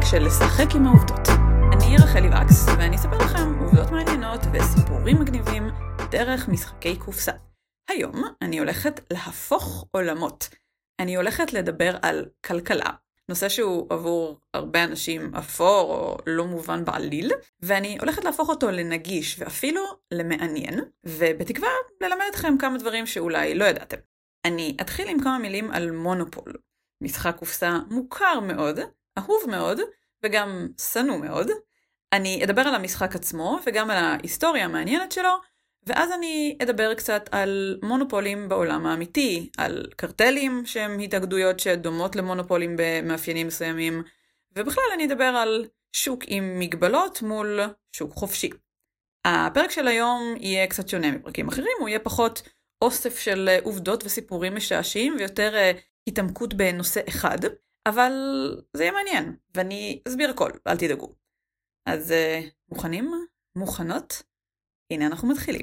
של לשחק עם העובדות. אני רחלי וקס, ואני אספר לכם עובדות מעניינות וסיפורים מגניבים דרך משחקי קופסה. היום אני הולכת להפוך עולמות. אני הולכת לדבר על כלכלה, נושא שהוא עבור הרבה אנשים אפור או לא מובן בעליל, ואני הולכת להפוך אותו לנגיש ואפילו למעניין, ובתקווה ללמד אתכם כמה דברים שאולי לא ידעתם. אני אתחיל עם כמה מילים על מונופול. משחק קופסה מוכר מאוד, אהוב מאוד, וגם שנוא מאוד. אני אדבר על המשחק עצמו וגם על ההיסטוריה המעניינת שלו, ואז אני אדבר קצת על מונופולים בעולם האמיתי, על קרטלים שהם התאגדויות שדומות למונופולים במאפיינים מסוימים, ובכלל אני אדבר על שוק עם מגבלות מול שוק חופשי. הפרק של היום יהיה קצת שונה מפרקים אחרים, הוא יהיה פחות אוסף של עובדות וסיפורים משעשיים ויותר התעמקות בנושא אחד, אבל זה יהיה מעניין, ואני אסביר הכל, אל תדאגו. אז מוכנים? מוכנות? הנה אנחנו מתחילים.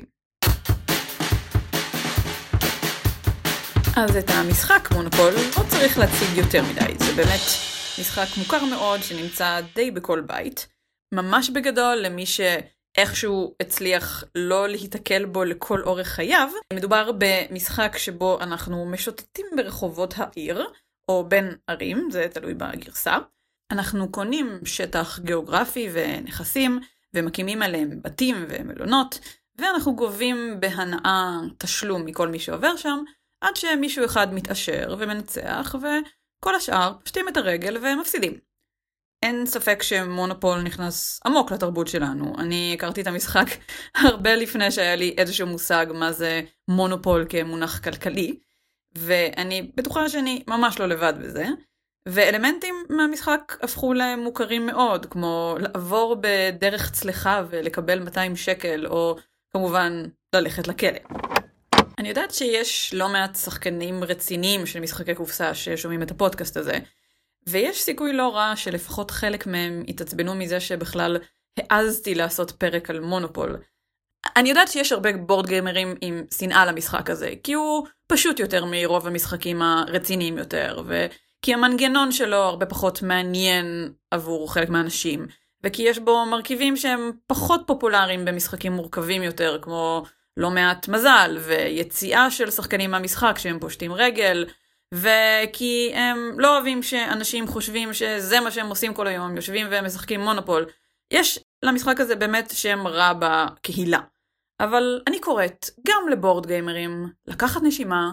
אז את המשחק מונופול לא צריך להציג יותר מדי, זה באמת משחק מוכר מאוד שנמצא די בכל בית, ממש בגדול למי שאיכשהו הצליח לא להתקל בו לכל אורך חייו. מדובר במשחק שבו אנחנו משוטטים ברחובות העיר, או בין ערים, זה תלוי בגרסה. אנחנו קונים שטח גיאוגרפי ונכסים, ומקימים עליהם בתים ומלונות, ואנחנו גובים בהנאה תשלום מכל מי שעובר שם, עד שמישהו אחד מתעשר ומנצח, וכל השאר פשטים את הרגל ומפסידים. אין ספק שמונופול נכנס עמוק לתרבות שלנו. אני הכרתי את המשחק הרבה לפני שהיה לי איזשהו מושג מה זה מונופול כמונח כלכלי, ואני בטוחה שאני ממש לא לבד בזה. ואלמנטים מהמשחק הפכו להם מוכרים מאוד, כמו לעבור בדרך צלחה ולקבל 200 שקל, או כמובן ללכת לכלא. אני יודעת שיש לא מעט שחקנים רציניים של משחקי קופסה ששומעים את הפודקאסט הזה, ויש סיכוי לא רע שלפחות חלק מהם התעצבנו מזה שבכלל העזתי לעשות פרק על מונופול. אני יודעת שיש הרבה בורד גיימרים עם שנאה למשחק הזה, כי הוא פשוט יותר מרוב המשחקים הרציניים יותר, כי המנגנון שלו הרבה פחות מעניין עבור חלק מהאנשים, וכי יש בו מרכיבים שהם פחות פופולריים במשחקים מורכבים יותר, כמו לא מעט מזל ויציאה של שחקנים מהמשחק שהם פושטים רגל, וכי הם לא אוהבים שאנשים חושבים שזה מה שהם עושים כל היום, יושבים ומשחקים מונופול. יש למשחק הזה באמת שם רע בקהילה. אבל אני קוראת גם לבורד גיימרים לקחת נשימה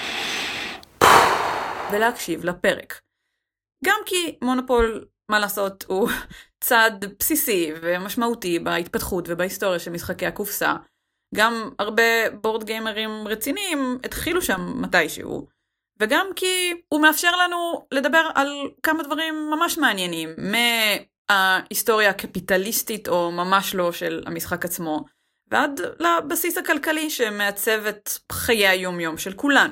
ולהקשיב לפרק. גם כי מונופול, מה לעשות, הוא צעד בסיסי ומשמעותי בהתפתחות ובהיסטוריה של משחקי הקופסה. גם הרבה בורד גיימרים רציניים התחילו שם מתישהו. וגם כי הוא מאפשר לנו לדבר על כמה דברים ממש מעניינים, מההיסטוריה הקפיטליסטית או ממש לא של המשחק עצמו, ועד לבסיס הכלכלי שמעצב את חיי היום-יום של כולנו.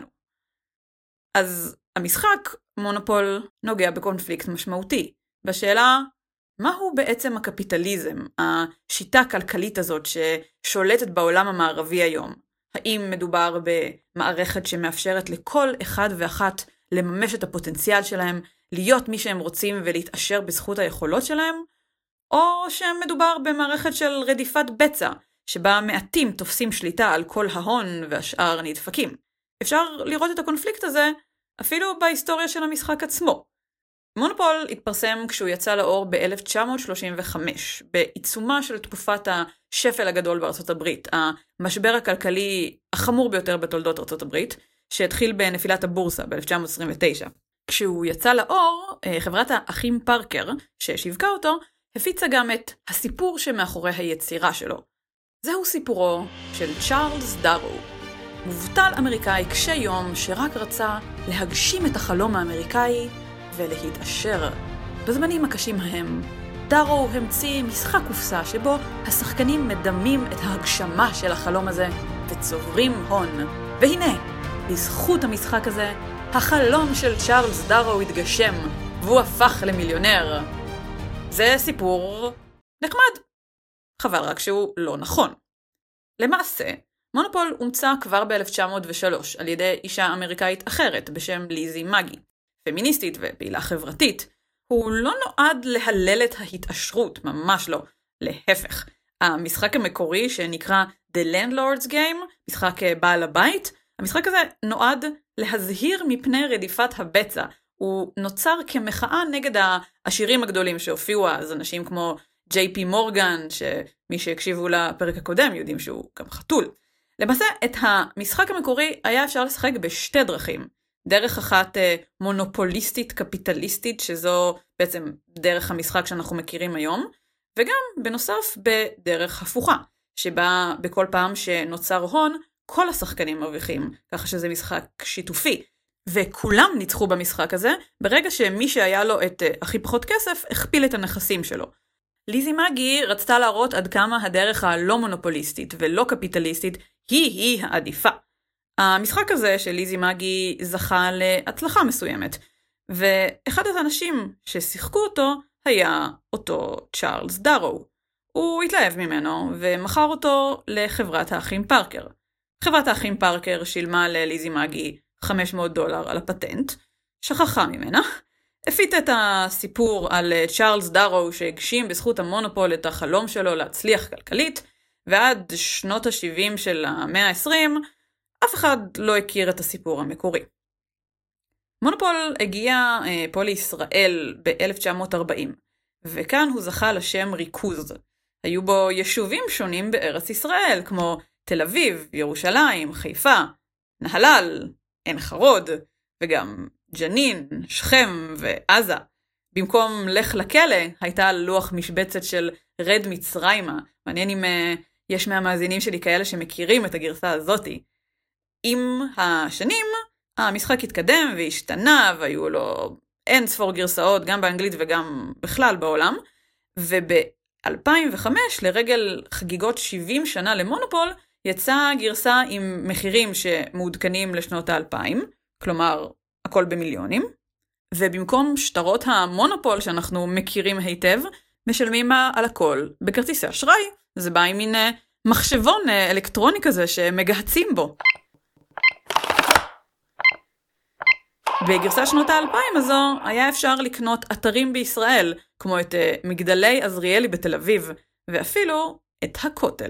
אז המשחק, מונופול, נוגע בקונפליקט משמעותי, בשאלה, מהו בעצם הקפיטליזם, השיטה הכלכלית הזאת ששולטת בעולם המערבי היום? האם מדובר במערכת שמאפשרת לכל אחד ואחת לממש את הפוטנציאל שלהם, להיות מי שהם רוצים ולהתעשר בזכות היכולות שלהם? או שמדובר במערכת של רדיפת בצע, שבה מעטים תופסים שליטה על כל ההון והשאר נדפקים? אפשר לראות את הקונפליקט הזה אפילו בהיסטוריה של המשחק עצמו. מונופול התפרסם כשהוא יצא לאור ב-1935, בעיצומה של תקופת השפל הגדול בארצות הברית, המשבר הכלכלי החמור ביותר בתולדות ארצות הברית, שהתחיל בנפילת הבורסה ב-1929. כשהוא יצא לאור, חברת האחים פארקר, ששיווקה אותו, הפיצה גם את הסיפור שמאחורי היצירה שלו. זהו סיפורו של צ'ארלס דארו, מובטל אמריקאי קשה יום שרק רצה להגשים את החלום האמריקאי ולהתעשר. בזמנים הקשים ההם, דארו המציא משחק קופסה שבו השחקנים מדמים את ההגשמה של החלום הזה וצוברים הון. והנה, בזכות המשחק הזה, החלום של צ'ארלס דארו התגשם והוא הפך למיליונר. זה סיפור נחמד. חבל רק שהוא לא נכון. למעשה, מונופול הומצא כבר ב-1903 על ידי אישה אמריקאית אחרת בשם ליזי מגי, פמיניסטית ופעילה חברתית, הוא לא נועד להלל את ההתעשרות, ממש לא. להפך. המשחק המקורי שנקרא The Landlord's Game, משחק בעל הבית, המשחק הזה נועד להזהיר מפני רדיפת הבצע. הוא נוצר כמחאה נגד העשירים הגדולים שהופיעו אז, אנשים כמו ג'יי-פי מורגן, שמי שהקשיבו לפרק הקודם יודעים שהוא גם חתול. למעשה, את המשחק המקורי היה אפשר לשחק בשתי דרכים. דרך אחת מונופוליסטית קפיטליסטית, שזו בעצם דרך המשחק שאנחנו מכירים היום, וגם בנוסף בדרך הפוכה, שבה בכל פעם שנוצר הון, כל השחקנים מרוויחים, ככה שזה משחק שיתופי. וכולם ניצחו במשחק הזה, ברגע שמי שהיה לו את הכי פחות כסף, הכפיל את הנכסים שלו. ליזי מגי רצתה להראות עד כמה הדרך הלא מונופוליסטית ולא קפיטליסטית היא העדיפה. המשחק הזה של ליזי מגי זכה להצלחה מסוימת, ואחד האנשים ששיחקו אותו היה אותו צ'ארלס דארו. הוא התלהב ממנו ומכר אותו לחברת האחים פארקר. חברת האחים פארקר שילמה לליזי מגי $500 על הפטנט, שכחה ממנה, הפיץ את הסיפור על צ'ארלס דארו שהגשים בזכות המונופול את החלום שלו להצליח כלכלית, ועד שנות ה-70 של המאה ה-20, אף אחד לא הכיר את הסיפור המקורי. מונופול הגיע פה לישראל ב-1940, וכאן הוא זכה לשם ריכוז. היו בו יישובים שונים בארץ ישראל, כמו תל אביב, ירושלים, חיפה, נהלל, עין חרוד, וגם ג'נין, שכם ועזה. במקום לך לכלא, הייתה לוח משבצת של רד מצרימה. מעניין אם יש מהמאזינים שלי כאלה שמכירים את הגרסה הזאתי. עם השנים, המשחק התקדם והשתנה, והיו לו אין ספור גרסאות, גם באנגלית וגם בכלל בעולם. וב-2005, לרגל חגיגות 70 שנה למונופול, יצאה גרסה עם מחירים שמעודכנים לשנות ה-2000, כלומר, הכל במיליונים, ובמקום שטרות המונופול שאנחנו מכירים היטב, משלמים על הכל בכרטיסי אשראי. זה בא עם מין מחשבון אלקטרוני כזה שמגהצים בו. בגרסה שנות ה-2000 הזו היה אפשר לקנות אתרים בישראל, כמו את מגדלי עזריאלי בתל אביב, ואפילו את הכותל.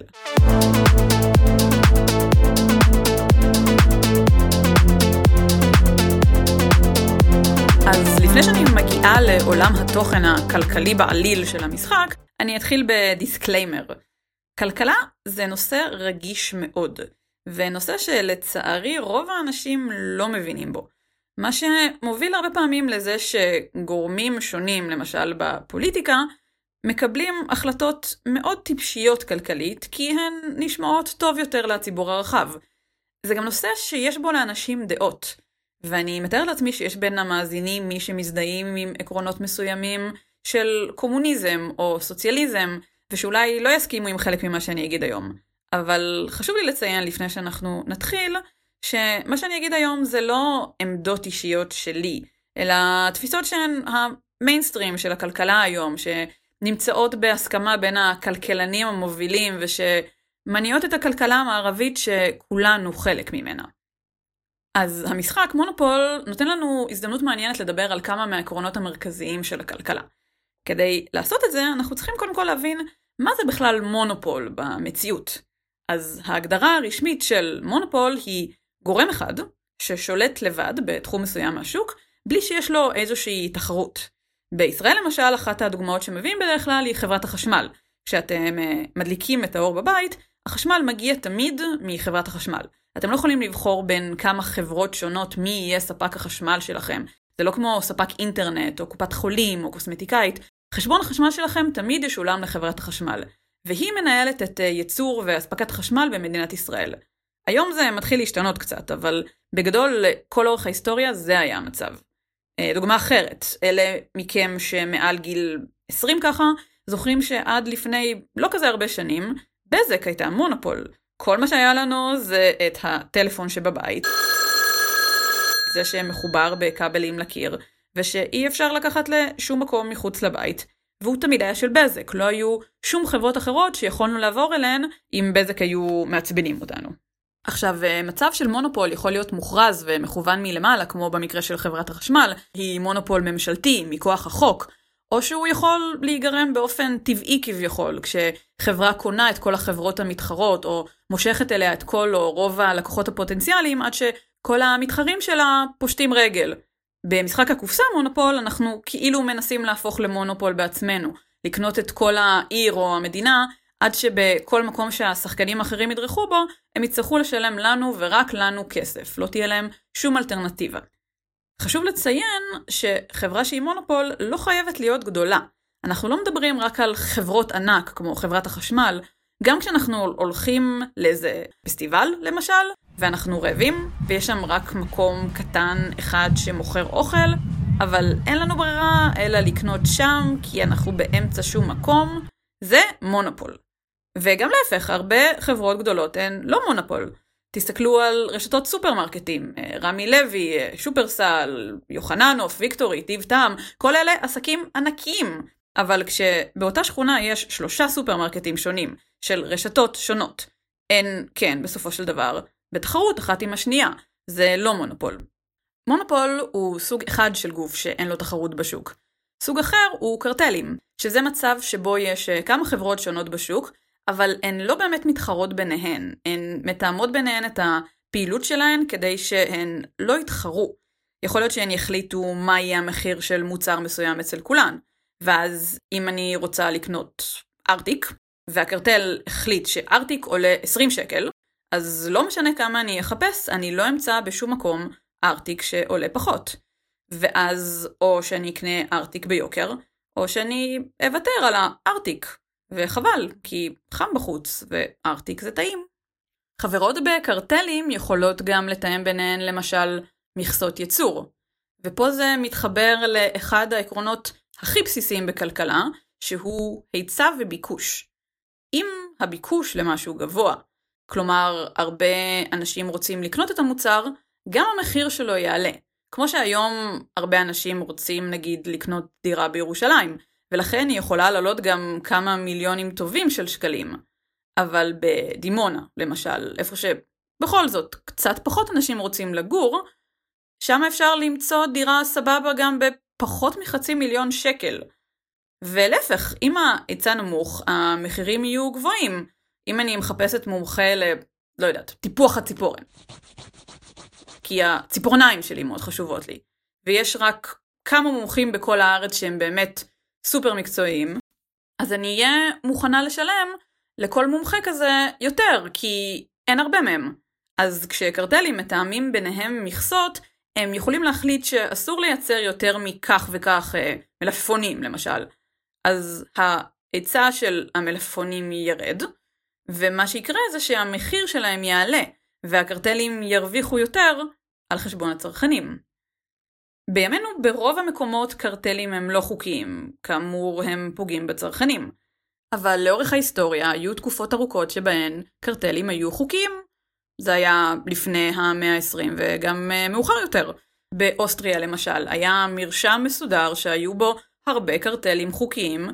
אז לפני שאני מגיעה לעולם התוכן הכלכלי בעליל של המשחק, אני אתחיל בדיסקליימר. כלכלה זה נושא רגיש מאוד, ונושא שלצערי רוב האנשים לא מבינים בו. מה שמוביל הרבה פעמים לזה שגורמים שונים, למשל בפוליטיקה, מקבלים החלטות מאוד טיפשיות כלכלית, כי הן נשמעות טוב יותר לציבור הרחב. זה גם נושא שיש בו לאנשים דעות. ואני מתאר לעצמי שיש בין המאזינים מי שמזדהים עם עקרונות מסוימים של קומוניזם או סוציאליזם, ושאולי לא יסכימו עם חלק ממה שאני אגיד היום. אבל חשוב לי לציין לפני שאנחנו נתחיל, שמה שאני אגיד היום זה לא עמדות אישיות שלי, אלא תפיסות שהן המיינסטרים של הכלכלה היום, שנמצאות בהסכמה בין הכלכלנים המובילים, ושמניעות את הכלכלה המערבית שכולנו חלק ממנה. אז המשחק מונופול נותן לנו הזדמנות מעניינת לדבר על כמה מהעקרונות המרכזיים של הכלכלה. כדי לעשות את זה, אנחנו צריכים קודם כל להבין מה זה בכלל מונופול במציאות. אז ההגדרה הרשמית של מונופול היא גורם אחד ששולט לבד בתחום מסוים מהשוק, בלי שיש לו איזושהי תחרות. בישראל למשל, אחת הדוגמאות שמביאים בדרך כלל היא חברת החשמל. כשאתם מדליקים את האור בבית, החשמל מגיע תמיד מחברת החשמל. אתם לא יכולים לבחור בין כמה חברות שונות מי יהיה ספק החשמל שלכם. זה לא כמו ספק אינטרנט או קופת חולים או קוסמטיקאית. חשבון החשמל שלכם תמיד ישולם לחברת החשמל, והיא מנהלת את ייצור והספקת חשמל במדינת ישראל. היום זה מתחיל להשתנות קצת, אבל בגדול כל אורך ההיסטוריה זה היה המצב. דוגמה אחרת, אלה מכם שמעל גיל 20 ככה, זוכרים שעד לפני לא כזה הרבה שנים, בזק הייתה מונופול. כל מה שהיה לנו זה את הטלפון שבבית, זה שמחובר בכבלים לקיר, ושאי אפשר לקחת לשום מקום מחוץ לבית, והוא תמיד היה של בזק. לא היו שום חברות אחרות שיכולנו לעבור אליהן אם בזק היו מעצבנים אותנו. עכשיו, מצב של מונופול יכול להיות מוכרז ומכוון מלמעלה, כמו במקרה של חברת החשמל, היא מונופול ממשלתי מכוח החוק, או שהוא יכול להיגרם באופן טבעי כביכול, כשחברה קונה את כל החברות המתחרות, או מושכת אליה את כל או רוב הלקוחות הפוטנציאליים, עד שכל המתחרים שלה פושטים רגל. במשחק הקופסה מונופול אנחנו כאילו מנסים להפוך למונופול בעצמנו, לקנות את כל העיר או המדינה, עד שבכל מקום שהשחקנים האחרים ידרכו בו, הם יצטרכו לשלם לנו ורק לנו כסף, לא תהיה להם שום אלטרנטיבה. חשוב לציין שחברה שהיא מונופול לא חייבת להיות גדולה. אנחנו לא מדברים רק על חברות ענק כמו חברת החשמל, גם כשאנחנו הולכים לאיזה פסטיבל למשל, ואנחנו רעבים, ויש שם רק מקום קטן אחד שמוכר אוכל, אבל אין לנו ברירה אלא לקנות שם, כי אנחנו באמצע שום מקום, זה מונופול. וגם להפך, הרבה חברות גדולות הן לא מונופול. תסתכלו על רשתות סופרמרקטים, רמי לוי, שופרסל, יוחננוף, ויקטורי, טיב טעם, כל אלה עסקים ענקיים. אבל כשבאותה שכונה יש 3 סופרמרקטים שונים, של רשתות שונות, הן, כן, בסופו של דבר, בתחרות אחת עם השנייה. זה לא מונופול. מונופול הוא סוג אחד של גוף שאין לו תחרות בשוק. סוג אחר הוא קרטלים, שזה מצב שבו יש כמה חברות שונות בשוק, אבל הן לא באמת מתחרות ביניהן, הן מתאמות ביניהן את הפעילות שלהן כדי שהן לא יתחרו. יכול להיות שהן יחליטו מה יהיה המחיר של מוצר מסוים אצל כולן, ואז אם אני רוצה לקנות ארטיק, והקרטל החליט שארטיק עולה 20 שקל, אז לא משנה כמה אני אחפש, אני לא אמצא בשום מקום ארטיק שעולה פחות. ואז או שאני אקנה ארטיק ביוקר, או שאני אוותר על הארטיק. וחבל, כי חם בחוץ, וארטיק זה טעים. חברות בקרטלים יכולות גם לתאם ביניהן למשל מכסות ייצור. ופה זה מתחבר לאחד העקרונות הכי בסיסיים בכלכלה, שהוא היצע וביקוש. אם הביקוש למשהו גבוה, כלומר הרבה אנשים רוצים לקנות את המוצר, גם המחיר שלו יעלה. כמו שהיום הרבה אנשים רוצים נגיד לקנות דירה בירושלים, ולכן היא יכולה לעלות גם כמה מיליונים טובים של שקלים. אבל בדימונה, למשל, איפה שבכל זאת קצת פחות אנשים רוצים לגור, שם אפשר למצוא דירה סבבה גם בפחות מ500,000 שקל. ולהפך, אם ההיצע נמוך, המחירים יהיו גבוהים. אם אני מחפשת מומחה לא יודעת, טיפוח הציפורן. כי הציפורניים שלי מאוד חשובות לי. ויש רק כמה מומחים בכל הארץ שהם באמת סופר מקצועיים, אז אני אהיה מוכנה לשלם לכל מומחה כזה יותר, כי אין הרבה מהם. אז כשקרטלים מתאמים ביניהם מכסות, הם יכולים להחליט שאסור לייצר יותר מכך וכך מלפפונים למשל. אז ההיצע של המלפפונים ירד, ומה שיקרה זה שהמחיר שלהם יעלה, והקרטלים ירוויחו יותר על חשבון הצרכנים. בימינו ברוב המקומות קרטלים הם לא חוקיים, כאמור הם פוגעים בצרכנים. אבל לאורך ההיסטוריה היו תקופות ארוכות שבהן קרטלים היו חוקיים. זה היה לפני המאה ה-20 וגם מאוחר יותר. באוסטריה למשל היה מרשם מסודר שהיו בו הרבה קרטלים חוקיים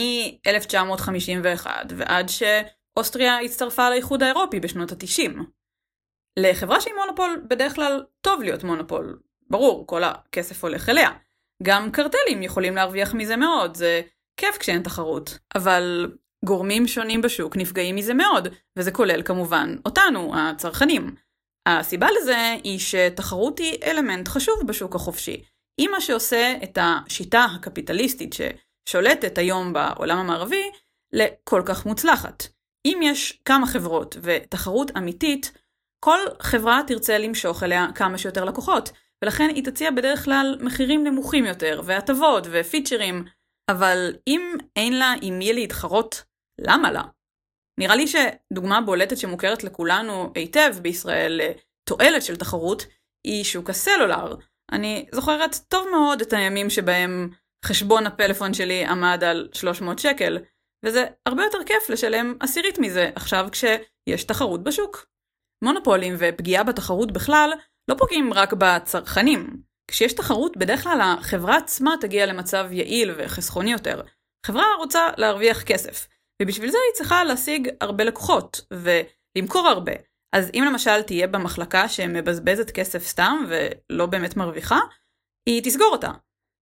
מ-1951 ועד שאוסטריה הצטרפה לאיחוד האירופי בשנות ה-90. לחברה שהיא מונופול בדרך כלל טוב להיות מונופול. ברור, כל הכסף הולך אליה. גם קרטלים יכולים להרוויח מזה מאוד, זה כיף כשאין תחרות. אבל גורמים שונים בשוק נפגעים מזה מאוד, וזה כולל כמובן אותנו, הצרכנים. הסיבה לזה היא שתחרות היא אלמנט חשוב בשוק החופשי. היא מה שעושה את השיטה הקפיטליסטית ששולטת היום בעולם המערבי לכל כך מוצלחת. אם יש כמה חברות ותחרות אמיתית, כל חברה תרצה למשוך אליה כמה שיותר לקוחות, ולכן היא תציע בדרך כלל מחירים נמוכים יותר, והטבות ופיצ'רים, אבל אם אין לה עם מי להתחרות, למה לה? נראה לי שדוגמה בולטת שמוכרת לכולנו היטב בישראל לתועלת של תחרות, היא שוק הסלולר. אני זוכרת טוב מאוד את הימים שבהם חשבון הפלאפון שלי עמד על 300 שקל, וזה הרבה יותר כיף לשלם 10 מזה עכשיו כשיש תחרות בשוק. מונופולים ופגיעה בתחרות בכלל לא פוגעים רק בצרכנים. כשיש תחרות, בדרך כלל החברה עצמה תגיע למצב יעיל וחסכוני יותר. חברה רוצה להרוויח כסף, ובשביל זה היא צריכה להשיג הרבה לקוחות ולמכור הרבה. אז אם למשל תהיה במחלקה שמבזבזת כסף סתם ולא באמת מרוויחה, היא תסגור אותה.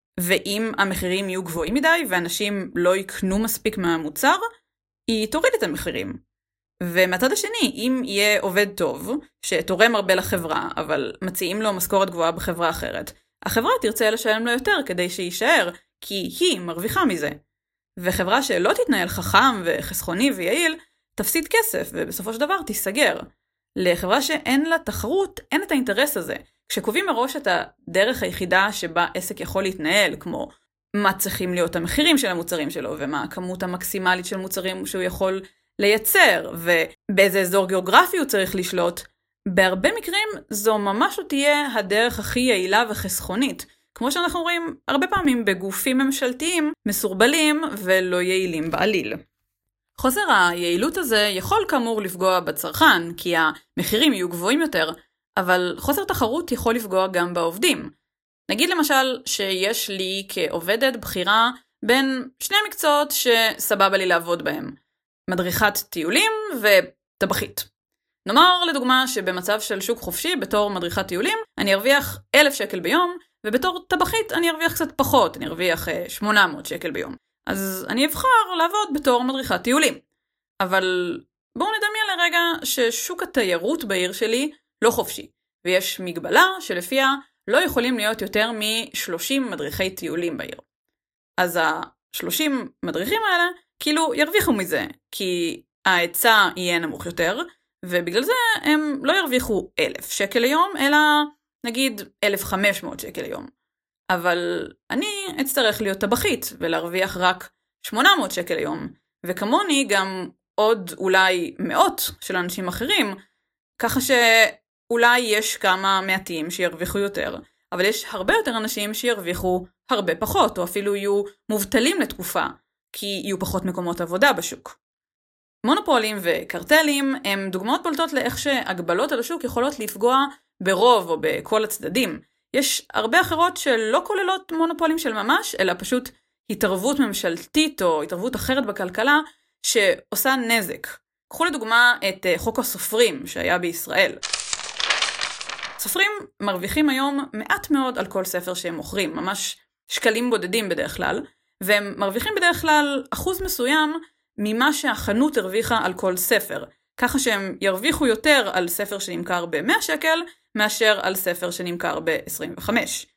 ואם המחירים יהיו גבוהים מדי ואנשים לא יקנו מספיק מהמוצר, היא תוריד את המחירים. ומהצד השני, אם יהיה עובד טוב, שתורם הרבה לחברה, אבל מציעים לו משכורת גבוהה בחברה אחרת, החברה תרצה לשלם לו יותר כדי שיישאר, כי היא מרוויחה מזה. וחברה שלא תתנהל חכם וחסכוני ויעיל, תפסיד כסף ובסופו של דבר תיסגר. לחברה שאין לה תחרות, אין את האינטרס הזה. כשקובעים מראש את הדרך היחידה שבה עסק יכול להתנהל, כמו מה צריכים להיות המחירים של המוצרים שלו, ומה הכמות המקסימלית של מוצרים שהוא יכול לייצר, ובאיזה אזור גיאוגרפי הוא צריך לשלוט, בהרבה מקרים זו ממש לא תהיה הדרך הכי יעילה וחסכונית, כמו שאנחנו רואים הרבה פעמים בגופים ממשלתיים מסורבלים ולא יעילים בעליל. חוסר היעילות הזה יכול כאמור לפגוע בצרכן, כי המחירים יהיו גבוהים יותר, אבל חוסר תחרות יכול לפגוע גם בעובדים. נגיד למשל שיש לי כעובדת בחירה בין שני מקצועות שסבבה לי לעבוד בהם. מדריכת טיולים וטבחית. נאמר לדוגמה שבמצב של שוק חופשי בתור מדריכת טיולים אני ארוויח 1,000 שקל ביום, ובתור טבחית אני ארוויח קצת פחות, אני ארוויח 800 שקל ביום. אז אני אבחר לעבוד בתור מדריכת טיולים. אבל בואו נדמיין לרגע ששוק התיירות בעיר שלי לא חופשי, ויש מגבלה שלפיה לא יכולים להיות יותר מ-30 מדריכי טיולים בעיר. אז ה-30 מדריכים האלה כאילו ירוויחו מזה, כי ההיצע יהיה נמוך יותר, ובגלל זה הם לא ירוויחו 1,000 שקל ליום, אלא נגיד 1,500 שקל ליום. אבל אני אצטרך להיות טבחית ולהרוויח רק 800 שקל ליום, וכמוני גם עוד אולי מאות של אנשים אחרים, ככה שאולי יש כמה מעטים שירוויחו יותר, אבל יש הרבה יותר אנשים שירוויחו הרבה פחות, או אפילו יהיו מובטלים לתקופה, כי יהיו פחות מקומות עבודה בשוק. מונופולים וקרטלים הם דוגמאות בולטות לאיך שהגבלות על השוק יכולות לפגוע ברוב או בכל הצדדים. יש הרבה אחרות שלא כוללות מונופולים של ממש, אלא פשוט התערבות ממשלתית או התערבות אחרת בכלכלה שעושה נזק. קחו לדוגמה את חוק הסופרים שהיה בישראל. סופרים מרוויחים היום מעט מאוד על כל ספר שהם מוכרים, ממש שקלים בודדים בדרך כלל, והם מרוויחים בדרך כלל אחוז מסוים ממה שהחנות הרוויחה על כל ספר, ככה שהם ירוויחו יותר על ספר שנמכר ב-100 שקל, מאשר על ספר שנמכר ב-25.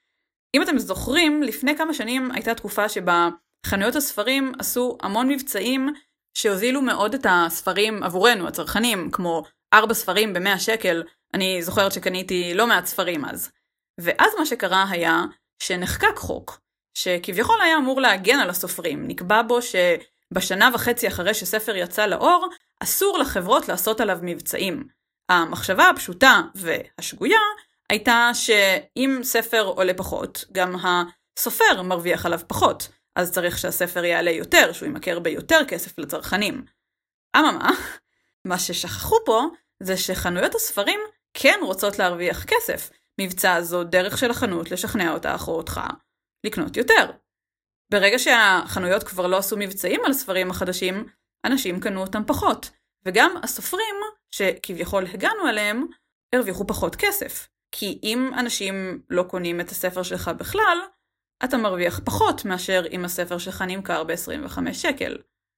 אם אתם זוכרים, לפני כמה שנים הייתה תקופה שבה חנויות הספרים עשו המון מבצעים שהוזילו מאוד את הספרים עבורנו, הצרכנים, כמו 4 ספרים ב-100 שקל, אני זוכרת שקניתי לא מעט ספרים אז. ואז מה שקרה היה שנחקק חוק, שכביכול היה אמור להגן על הסופרים, נקבע בו שבשנה וחצי אחרי שספר יצא לאור, אסור לחברות לעשות עליו מבצעים. המחשבה הפשוטה והשגויה הייתה שאם ספר עולה פחות, גם הסופר מרוויח עליו פחות, אז צריך שהספר יעלה יותר, שהוא ימכר ביותר כסף לצרכנים. אממה, מה ששכחו פה זה שחנויות הספרים כן רוצות להרוויח כסף. מבצע זו דרך של החנות לשכנע אותך או אותך לקנות יותר. ברגע שהחנויות כבר לא עשו מבצעים על הספרים החדשים, אנשים קנו אותם פחות. וגם הסופרים, שכביכול הגענו עליהם, הרוויחו פחות כסף. כי אם אנשים לא קונים את הספר שלך בכלל, אתה מרוויח פחות מאשר אם הספר שלך נמכר ב-25 שקל.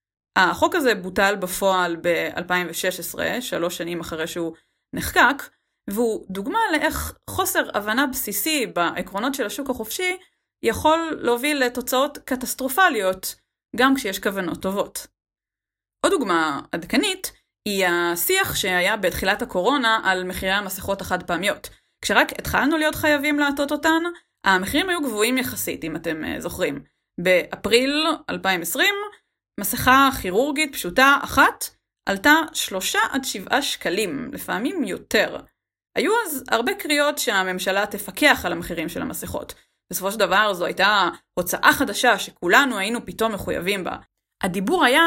החוק הזה בוטל בפועל ב-2016, 3 שנים אחרי שהוא נחקק, והוא דוגמה לאיך חוסר הבנה בסיסי בעקרונות של השוק החופשי יכול להוביל לתוצאות קטסטרופליות, גם כשיש כוונות טובות. עוד דוגמה עדכנית היא השיח שהיה בתחילת הקורונה על מחירי המסכות החד פעמיות. כשרק התחלנו להיות חייבים לעטות אותן, המחירים היו גבוהים יחסית, אם אתם זוכרים. באפריל 2020, מסכה כירורגית פשוטה אחת עלתה 3 עד 7 שקלים, לפעמים יותר. היו אז הרבה קריאות שהממשלה תפקח על המחירים של המסכות. בסופו של דבר זו הייתה הוצאה חדשה שכולנו היינו פתאום מחויבים בה. הדיבור היה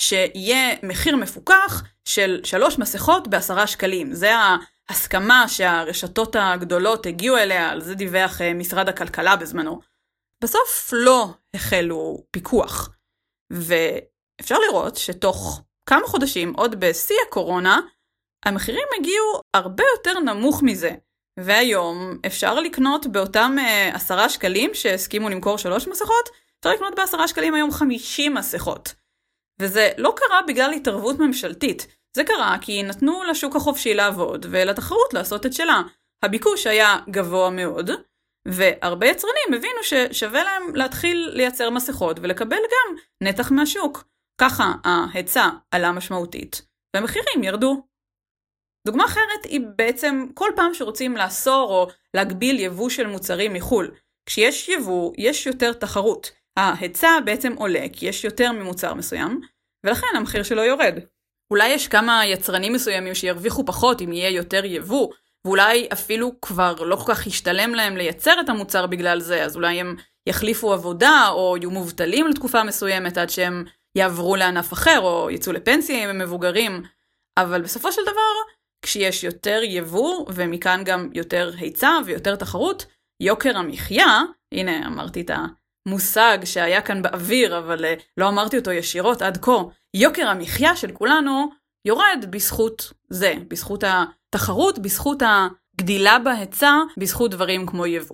שיהיה מחיר מפוקח של 3 מסכות ב10 שקלים. זה ההסכמה שהרשתות הגדולות הגיעו אליה, על זה דיווח משרד הכלכלה בזמנו. בסוף לא החלו פיקוח. ואפשר לראות שתוך כמה חודשים, עוד בשיא הקורונה, המחירים הגיעו הרבה יותר נמוך מזה, והיום אפשר לקנות באותם 10 שקלים שהסכימו למכור 3 מסכות, אפשר לקנות ב10 שקלים היום 50 מסכות. וזה לא קרה בגלל התערבות ממשלתית, זה קרה כי נתנו לשוק החופשי לעבוד ולתחרות לעשות את שלה. הביקוש היה גבוה מאוד, והרבה יצרנים הבינו ששווה להם להתחיל לייצר מסכות ולקבל גם נתח מהשוק. ככה ההיצע עלה משמעותית, והמחירים ירדו. דוגמה אחרת היא בעצם כל פעם שרוצים לאסור או להגביל יבוא של מוצרים מחול. כשיש יבוא, יש יותר תחרות. ההיצע בעצם עולה כי יש יותר ממוצר מסוים, ולכן המחיר שלו יורד. אולי יש כמה יצרנים מסוימים שירוויחו פחות אם יהיה יותר יבוא, ואולי אפילו כבר לא כל כך ישתלם להם לייצר את המוצר בגלל זה, אז אולי הם יחליפו עבודה או יהיו מובטלים לתקופה מסוימת עד שהם יעברו לענף אחר או יצאו לפנסיה אם הם מבוגרים. אבל בסופו של דבר, כשיש יותר יבוא ומכאן גם יותר היצע ויותר תחרות, יוקר המחיה, הנה אמרתי את המושג שהיה כאן באוויר אבל לא אמרתי אותו ישירות עד כה, יוקר המחיה של כולנו יורד בזכות זה, בזכות התחרות, בזכות הגדילה בהיצע, בזכות דברים כמו יבוא.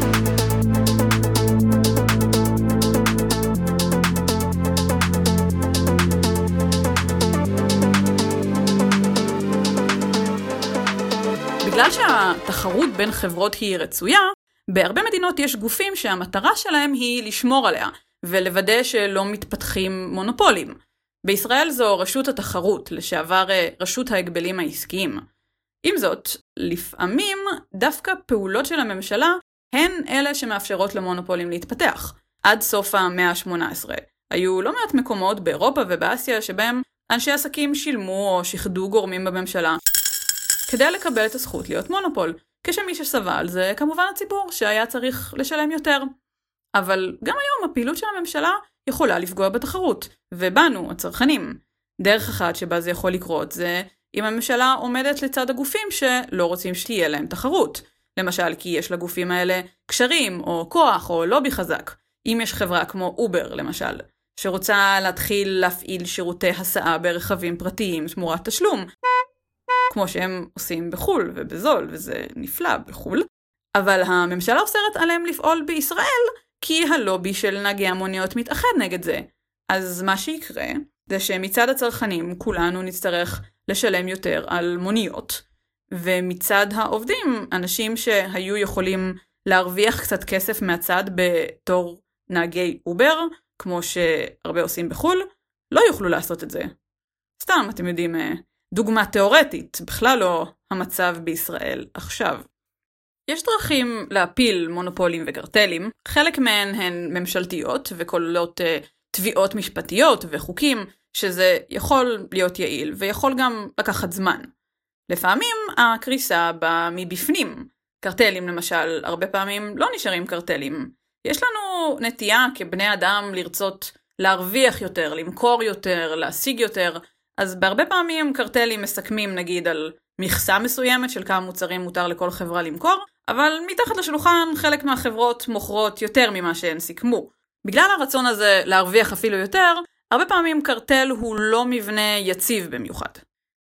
בגלל שהתחרות בין חברות היא רצויה, בהרבה מדינות יש גופים שהמטרה שלהם היא לשמור עליה, ולוודא שלא מתפתחים מונופולים. בישראל זו רשות התחרות, לשעבר רשות ההגבלים העסקיים. עם זאת, לפעמים דווקא פעולות של הממשלה הן אלה שמאפשרות למונופולים להתפתח. עד סוף המאה ה-18 היו לא מעט מקומות באירופה ובאסיה שבהם אנשי עסקים שילמו או שחדו גורמים בממשלה כדי לקבל את הזכות להיות מונופול, כשמי שסבל זה כמובן הציבור שהיה צריך לשלם יותר. אבל גם היום הפעילות של הממשלה יכולה לפגוע בתחרות, ובנו, הצרכנים. דרך אחת שבה זה יכול לקרות זה אם הממשלה עומדת לצד הגופים שלא רוצים שתהיה להם תחרות. למשל כי יש לגופים האלה קשרים או כוח או לובי חזק. אם יש חברה כמו אובר למשל, שרוצה להתחיל להפעיל שירותי הסעה ברכבים פרטיים תמורת תשלום, כמו שהם עושים בחול ובזול, וזה נפלא בחול, אבל הממשלה אוסרת עליהם לפעול בישראל, כי הלובי של נהגי המוניות מתאחד נגד זה. אז מה שיקרה, זה שמצד הצרכנים כולנו נצטרך לשלם יותר על מוניות, ומצד העובדים, אנשים שהיו יכולים להרוויח קצת כסף מהצד בתור נהגי אובר, כמו שהרבה עושים בחול, לא יוכלו לעשות את זה. סתם, אתם יודעים, דוגמה תיאורטית, בכלל לא המצב בישראל עכשיו. יש דרכים להפיל מונופולים וקרטלים, חלק מהן הן ממשלתיות וכוללות תביעות משפטיות וחוקים, שזה יכול להיות יעיל ויכול גם לקחת זמן. לפעמים הקריסה באה מבפנים. קרטלים למשל, הרבה פעמים לא נשארים קרטלים. יש לנו נטייה כבני אדם לרצות להרוויח יותר, למכור יותר, להשיג יותר, אז בהרבה פעמים קרטלים מסכמים נגיד על מכסה מסוימת של כמה מוצרים מותר לכל חברה למכור, אבל מתחת לשולחן חלק מהחברות מוכרות יותר ממה שהן סיכמו. בגלל הרצון הזה להרוויח אפילו יותר, הרבה פעמים קרטל הוא לא מבנה יציב במיוחד.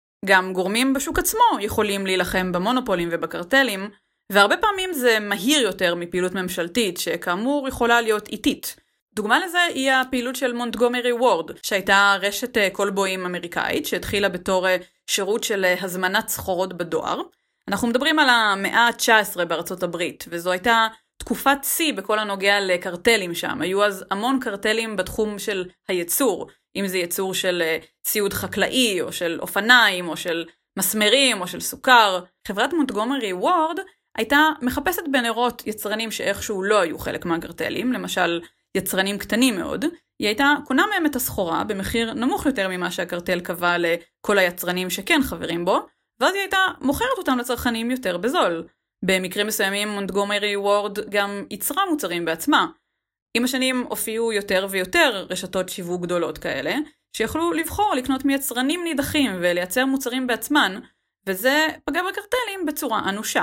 גם גורמים בשוק עצמו יכולים להילחם במונופולים ובקרטלים, והרבה פעמים זה מהיר יותר מפעילות ממשלתית, שכאמור יכולה להיות איטית. דוגמה לזה היא הפעילות של מונטגומרי וורד, שהייתה רשת קולבויים אמריקאית, שהתחילה בתור שירות של הזמנת סחורות בדואר. אנחנו מדברים על המאה ה-19 בארצות הברית, וזו הייתה תקופת שיא בכל הנוגע לקרטלים שם. היו אז המון קרטלים בתחום של הייצור, אם זה ייצור של ציוד חקלאי, או של אופניים, או של מסמרים, או של סוכר. חברת מונטגומרי וורד הייתה מחפשת בנרות יצרנים שאיכשהו לא היו חלק מהקרטלים, למשל יצרנים קטנים מאוד. היא הייתה קונה מהם את הסחורה במחיר נמוך יותר ממה שהקרטל קבע לכל היצרנים שכן חברים בו, ואז היא הייתה מוכרת אותם לצרכנים יותר בזול. במקרים מסוימים מונטגומרי וורד גם ייצרה מוצרים בעצמה. עם השנים הופיעו יותר ויותר רשתות שיווק גדולות כאלה, שיכלו לבחור לקנות מיצרנים נידחים ולייצר מוצרים בעצמן, וזה פגע בקרטלים בצורה אנושה.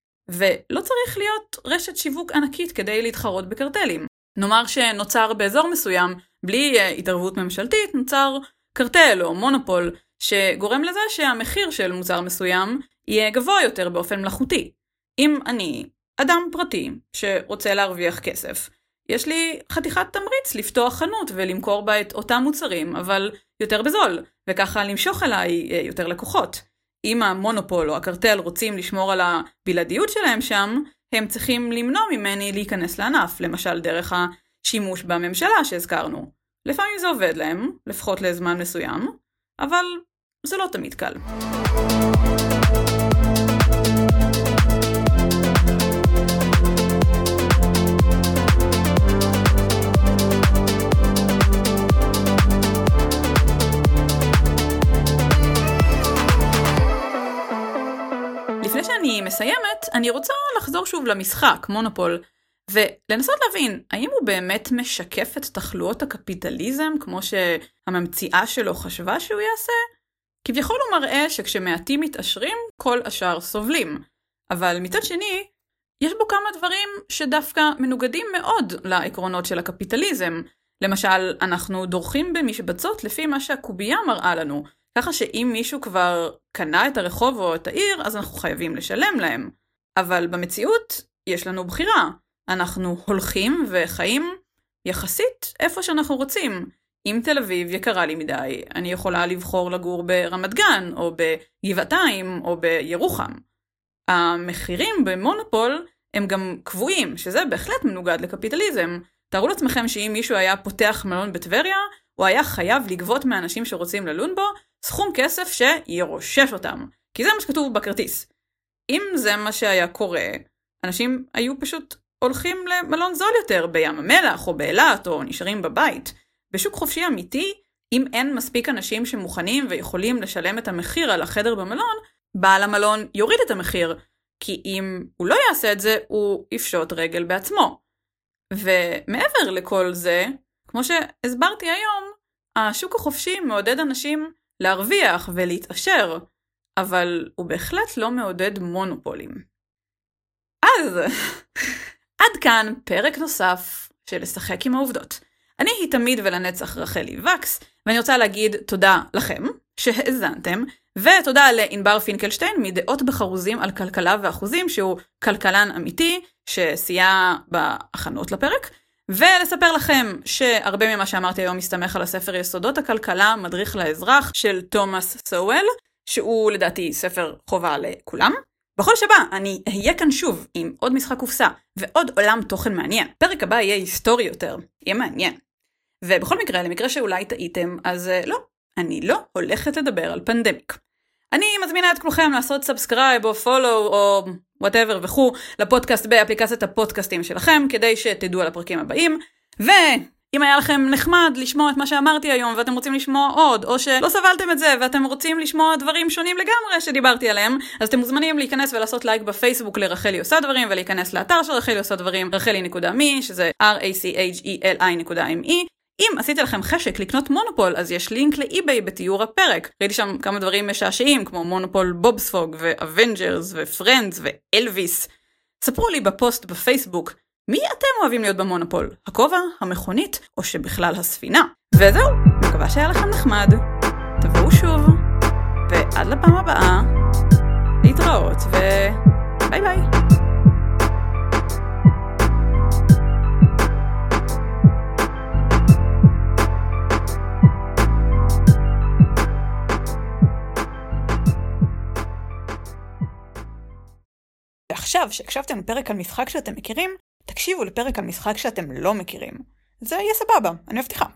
ולא צריך להיות רשת שיווק ענקית כדי להתחרות בקרטלים. נאמר שנוצר באזור מסוים, בלי התערבות ממשלתית, נוצר קרטל או מונופול, שגורם לזה שהמחיר של מוצר מסוים יהיה גבוה יותר באופן מלאכותי. אם אני אדם פרטי שרוצה להרוויח כסף, יש לי חתיכת תמריץ לפתוח חנות ולמכור בה את אותם מוצרים, אבל יותר בזול, וככה למשוך אליי יותר לקוחות. אם המונופול או הקרטל רוצים לשמור על הבלעדיות שלהם שם, הם צריכים למנוע ממני להיכנס לענף, למשל דרך השימוש בממשלה שהזכרנו. לפעמים זה עובד להם, לפחות לזמן מסוים, אבל זה לא תמיד קל. לפני שאני מסיימת, אני רוצה לחזור שוב למשחק, מונופול, ולנסות להבין, האם הוא באמת משקף את תחלואות הקפיטליזם, כמו שהממציאה שלו חשבה שהוא יעשה? כביכול הוא מראה שכשמעטים מתעשרים, כל השאר סובלים. אבל מצד שני, יש בו כמה דברים שדווקא מנוגדים מאוד לעקרונות של הקפיטליזם. למשל, אנחנו דורכים במשבצות לפי מה שהקובייה מראה לנו, ככה שאם מישהו כבר קנה את הרחוב או את העיר, אז אנחנו חייבים לשלם להם. אבל במציאות יש לנו בחירה. אנחנו הולכים וחיים יחסית איפה שאנחנו רוצים. אם תל אביב יקרה לי מדי, אני יכולה לבחור לגור ברמת גן, או בגבעתיים, או בירוחם. המחירים במונופול הם גם קבועים, שזה בהחלט מנוגד לקפיטליזם. תארו לעצמכם שאם מישהו היה פותח מלון בטבריה, הוא היה חייב לגבות מאנשים שרוצים ללון בו, סכום כסף שירושש אותם. כי זה מה שכתוב בכרטיס. אם זה מה שהיה קורה, אנשים היו פשוט הולכים למלון זול יותר בים המלח או באילת או נשארים בבית. בשוק חופשי אמיתי, אם אין מספיק אנשים שמוכנים ויכולים לשלם את המחיר על החדר במלון, בעל המלון יוריד את המחיר, כי אם הוא לא יעשה את זה, הוא יפשוט רגל בעצמו. ומעבר לכל זה, כמו שהסברתי היום, השוק החופשי מעודד אנשים להרוויח ולהתעשר, אבל הוא בהחלט לא מעודד מונופולים. אז, עד כאן פרק נוסף של לשחק עם העובדות. אני היא תמיד ולנצח רחלי וקס, ואני רוצה להגיד תודה לכם שהאזנתם, ותודה לענבר פינקלשטיין מדעות בחרוזים על כלכלה ואחוזים, שהוא כלכלן אמיתי שסייע בהכנות לפרק, ולספר לכם שהרבה ממה שאמרתי היום מסתמך על הספר יסודות הכלכלה, מדריך לאזרח של תומאס סואל, שהוא לדעתי ספר חובה לכולם. בכל שבא אני אהיה כאן שוב עם עוד משחק קופסה ועוד עולם תוכן מעניין. פרק הבא יהיה היסטורי יותר, יהיה מעניין. ובכל מקרה, למקרה שאולי טעיתם, אז לא, אני לא הולכת לדבר על פנדמיק. אני מזמינה את כולכם לעשות סאבסקרייב או פולו או whatever וכו' לפודקאסט באפליקציית הפודקאסטים שלכם, כדי שתדעו על הפרקים הבאים. ואם היה לכם נחמד לשמוע את מה שאמרתי היום ואתם רוצים לשמוע עוד, או שלא סבלתם את זה ואתם רוצים לשמוע דברים שונים לגמרי שדיברתי עליהם, אז אתם מוזמנים להיכנס ולעשות לייק בפייסבוק לרחלי עושה דברים, ולהיכנס לאתר של רחלי עושה דברים, racheli.me, שזה racheli.me. אם עשיתי לכם חשק לקנות מונופול, אז יש לינק לאי-ביי בתיאור הפרק. ראיתי שם כמה דברים משעשעים, כמו מונופול בובספוג, ואבנג'רס, ופרנדס, ואלוויס. ספרו לי בפוסט בפייסבוק, מי אתם אוהבים להיות במונופול? הכובע, המכונית, או שבכלל הספינה? וזהו, מקווה שהיה לכם נחמד. תבואו שוב, ועד לפעם הבאה, להתראות, וביי ביי. ועכשיו, שהקשבתם לפרק על משחק שאתם מכירים, תקשיבו לפרק על משחק שאתם לא מכירים. זה יהיה סבבה, אני מבטיחה.